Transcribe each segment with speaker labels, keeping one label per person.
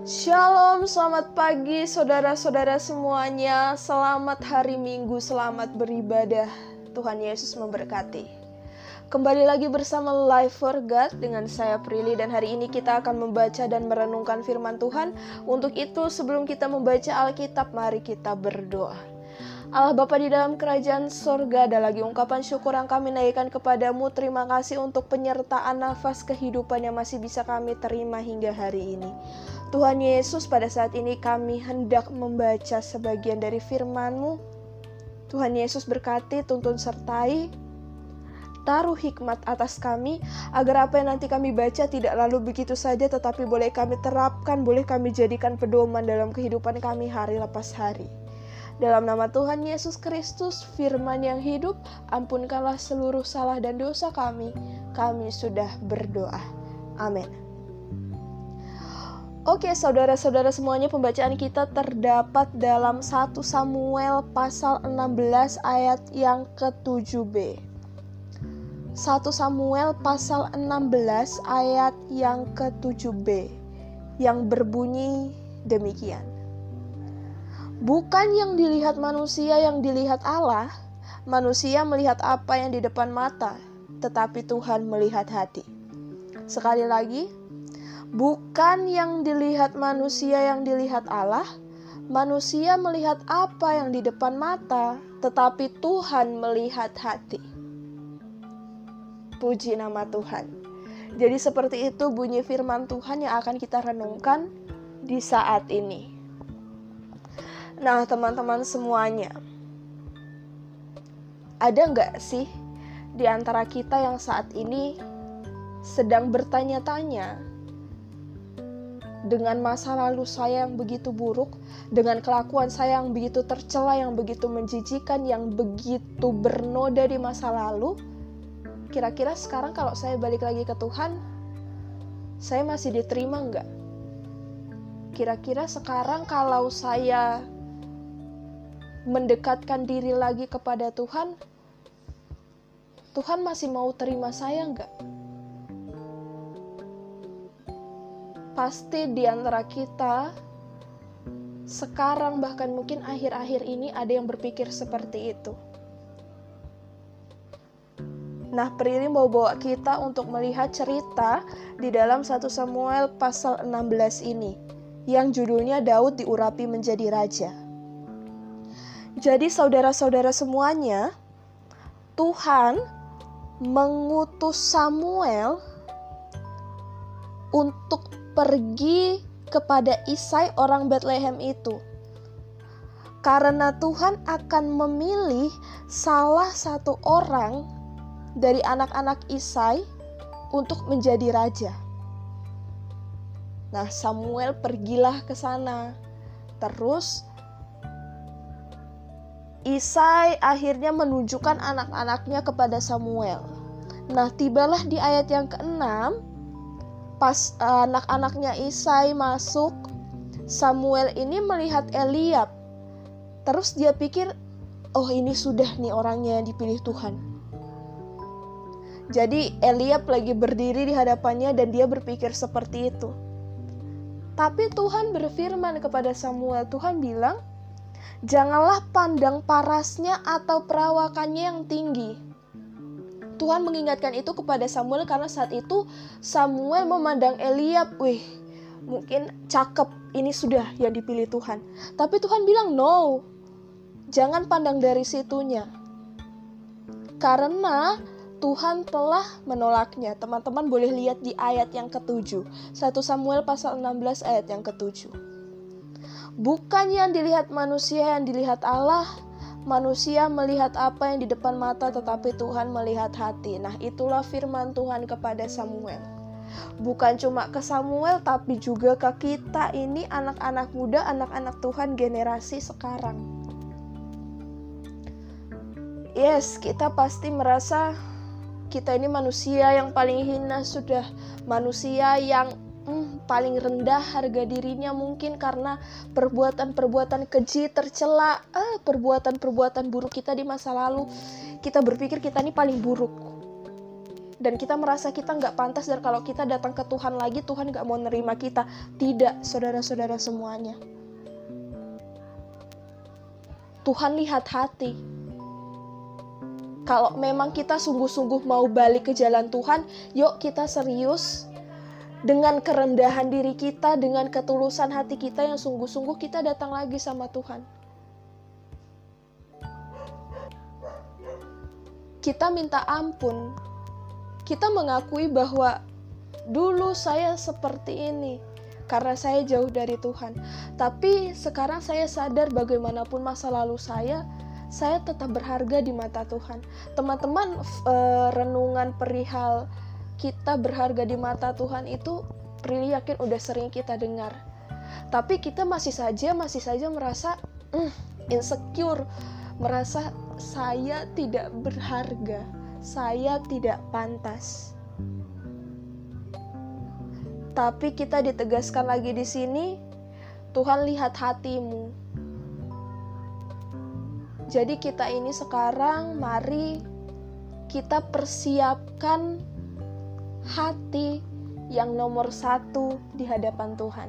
Speaker 1: Shalom, selamat pagi saudara-saudara semuanya. Selamat hari Minggu, selamat beribadah. Tuhan Yesus memberkati. Kembali lagi bersama Life for God dengan saya Prilly, dan hari ini kita akan membaca dan merenungkan firman Tuhan. Untuk itu sebelum kita membaca Alkitab, mari kita berdoa. Allah Bapa di dalam kerajaan sorga, ada lagi ungkapan syukur yang kami naikkan kepadamu. Terima kasih untuk penyertaan nafas kehidupan yang masih bisa kami terima hingga hari ini. Tuhan Yesus, pada saat ini kami hendak membaca sebagian dari firman-Mu. Tuhan Yesus berkati, tuntun sertai, taruh hikmat atas kami, agar apa yang nanti kami baca tidak lalu begitu saja, tetapi boleh kami terapkan, boleh kami jadikan pedoman dalam kehidupan kami hari lepas hari. Dalam nama Tuhan Yesus Kristus, firman yang hidup, ampunkanlah seluruh salah dan dosa kami. Kami sudah berdoa. Amin. Oke, saudara-saudara semuanya, pembacaan kita terdapat dalam 1 Samuel pasal 16 ayat yang ke-7b. 1 Samuel pasal 16 ayat yang ke-7b, yang berbunyi demikian. Bukan yang dilihat manusia yang dilihat Allah, manusia melihat apa yang di depan mata, tetapi Tuhan melihat hati. Sekali lagi, bukan yang dilihat manusia yang dilihat Allah, manusia melihat apa yang di depan mata, tetapi Tuhan melihat hati. Puji nama Tuhan. Jadi seperti itu bunyi firman Tuhan yang akan kita renungkan di saat ini. Nah, teman-teman semuanya, ada nggak sih di antara kita yang saat ini sedang bertanya-tanya, dengan masa lalu saya yang begitu buruk, dengan kelakuan saya yang begitu tercela, yang begitu menjijikan, yang begitu bernoda di masa lalu, kira-kira sekarang kalau saya balik lagi ke Tuhan, saya masih diterima nggak? Kira-kira sekarang kalau saya mendekatkan diri lagi kepada Tuhan, Tuhan masih mau terima saya nggak? Pasti di antara kita sekarang, bahkan mungkin akhir-akhir ini, ada yang berpikir seperti itu. Nah, Prilly mau bawa kita untuk melihat cerita di dalam 1 Samuel pasal 16 ini, yang judulnya Daud diurapi menjadi raja. Jadi saudara-saudara semuanya, Tuhan mengutus Samuel untuk pergi kepada Isai orang Bethlehem itu. Karena Tuhan akan memilih salah satu orang dari anak-anak Isai untuk menjadi raja. Nah, Samuel pergilah ke sana. Terus Isai akhirnya menunjukkan anak-anaknya kepada Samuel. Nah, tibalah di ayat yang ke-6, pas anak-anaknya Isai masuk, Samuel ini melihat Eliab. Terus dia pikir, oh ini sudah nih orangnya yang dipilih Tuhan. Jadi Eliab lagi berdiri di hadapannya dan dia berpikir seperti itu. Tapi Tuhan berfirman kepada Samuel, Tuhan bilang, janganlah pandang parasnya atau perawakannya yang tinggi. Tuhan mengingatkan itu kepada Samuel karena saat itu Samuel memandang Eliab, wih, mungkin cakep, ini sudah yang dipilih Tuhan. Tapi Tuhan bilang, no, jangan pandang dari situnya. Karena Tuhan telah menolaknya. Teman-teman boleh lihat di ayat yang ke-7. 1 Samuel pasal 16 ayat yang ke-7. Bukan yang dilihat manusia yang dilihat Allah, manusia melihat apa yang di depan mata, tetapi Tuhan melihat hati. Nah, itulah firman Tuhan kepada Samuel. Bukan cuma ke Samuel, tapi juga ke kita ini anak-anak muda, anak-anak Tuhan generasi sekarang. Yes, kita pasti merasa kita ini manusia yang paling hina, sudah manusia yang paling rendah harga dirinya, mungkin karena perbuatan-perbuatan keji, tercela, perbuatan-perbuatan buruk kita di masa lalu. Kita berpikir kita ini paling buruk. dan kita merasa kita nggak pantas, dan kalau kita datang ke Tuhan lagi, Tuhan nggak mau nerima kita. Tidak, saudara-saudara semuanya. Tuhan lihat hati. Kalau memang kita sungguh-sungguh mau balik ke jalan Tuhan, yuk kita serius. Dengan kerendahan diri kita, dengan ketulusan hati kita yang sungguh-sungguh, kita datang lagi sama Tuhan. Kita minta ampun. Kita mengakui bahwa dulu saya seperti ini karena saya jauh dari Tuhan. Tapi sekarang saya sadar bagaimanapun masa lalu saya tetap berharga di mata Tuhan. Teman-teman, renungan perihal kita berharga di mata Tuhan itu Prilly yakin udah sering kita dengar. Tapi kita masih saja merasa insecure, merasa saya tidak berharga, saya tidak pantas. Tapi kita ditegaskan lagi di sini, Tuhan lihat hatimu. Jadi kita ini sekarang mari kita persiapkan hati yang nomor 1 di hadapan Tuhan.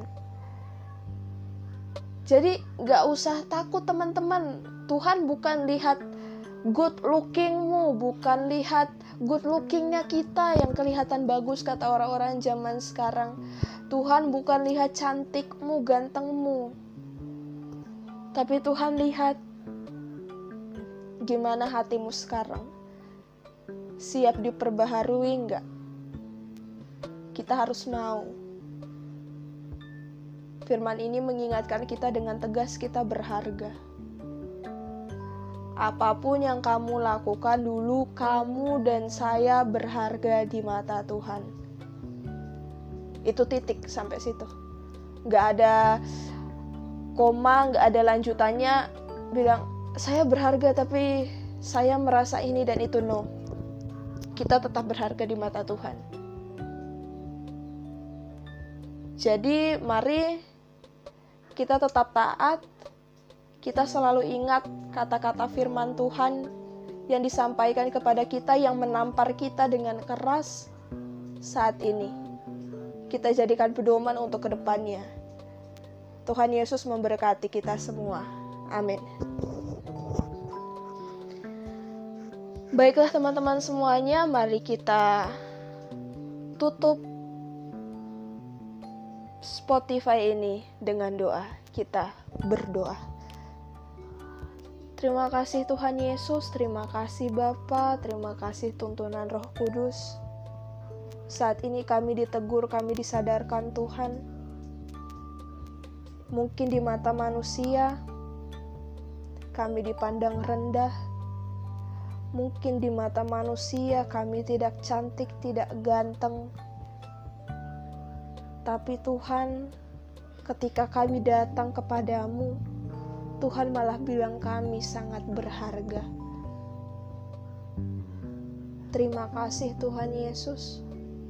Speaker 1: Jadi gak usah takut teman-teman. Tuhan bukan lihat good lookingmu, bukan lihat good lookingnya kita yang kelihatan bagus kata orang-orang zaman sekarang. Tuhan bukan lihat cantikmu, gantengmu. Tapi Tuhan lihat gimana hatimu sekarang. Siap diperbaharui enggak? Kita harus mau. Firman ini mengingatkan kita dengan tegas kita berharga. Apapun yang kamu lakukan dulu, kamu dan saya berharga di mata Tuhan. Itu titik sampai situ. Gak ada koma, gak ada lanjutannya bilang saya berharga tapi saya merasa ini dan itu. No. Kita tetap berharga di mata Tuhan. Jadi mari kita tetap taat, kita selalu ingat kata-kata firman Tuhan yang disampaikan kepada kita yang menampar kita dengan keras saat ini. Kita jadikan pedoman untuk kedepannya. Tuhan Yesus memberkati kita semua. Amin. Baiklah teman-teman semuanya, mari kita tutup Spotify ini dengan doa. Kita berdoa. Terima kasih Tuhan Yesus, terima kasih Bapa, terima kasih tuntunan Roh Kudus. Saat ini kami ditegur, kami disadarkan Tuhan. Mungkin di mata manusia kami dipandang rendah. Mungkin di mata manusia kami tidak cantik, tidak ganteng. Tapi Tuhan, ketika kami datang kepadamu, Tuhan malah bilang kami sangat berharga. Terima kasih Tuhan Yesus.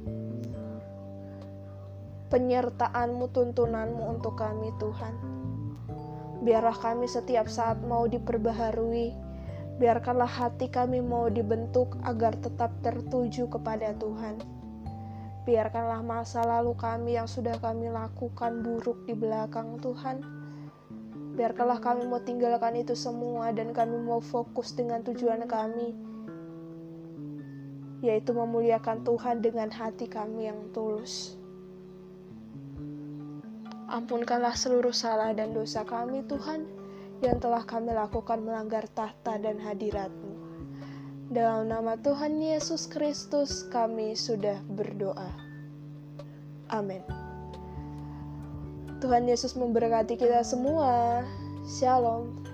Speaker 1: Penyertaan-Mu, tuntunan-Mu untuk kami Tuhan. Biarlah kami setiap saat mau diperbaharui. Biarkanlah hati kami mau dibentuk agar tetap tertuju kepada Tuhan. Biarkanlah masa lalu kami yang sudah kami lakukan buruk di belakang Tuhan. Biarkanlah kami mau tinggalkan itu semua dan kami mau fokus dengan tujuan kami, yaitu memuliakan Tuhan dengan hati kami yang tulus. Ampunkanlah seluruh salah dan dosa kami Tuhan, yang telah kami lakukan melanggar tahta dan hadirat-Mu. Dalam nama Tuhan Yesus Kristus kami sudah berdoa. Amin. Tuhan Yesus memberkati kita semua. Shalom.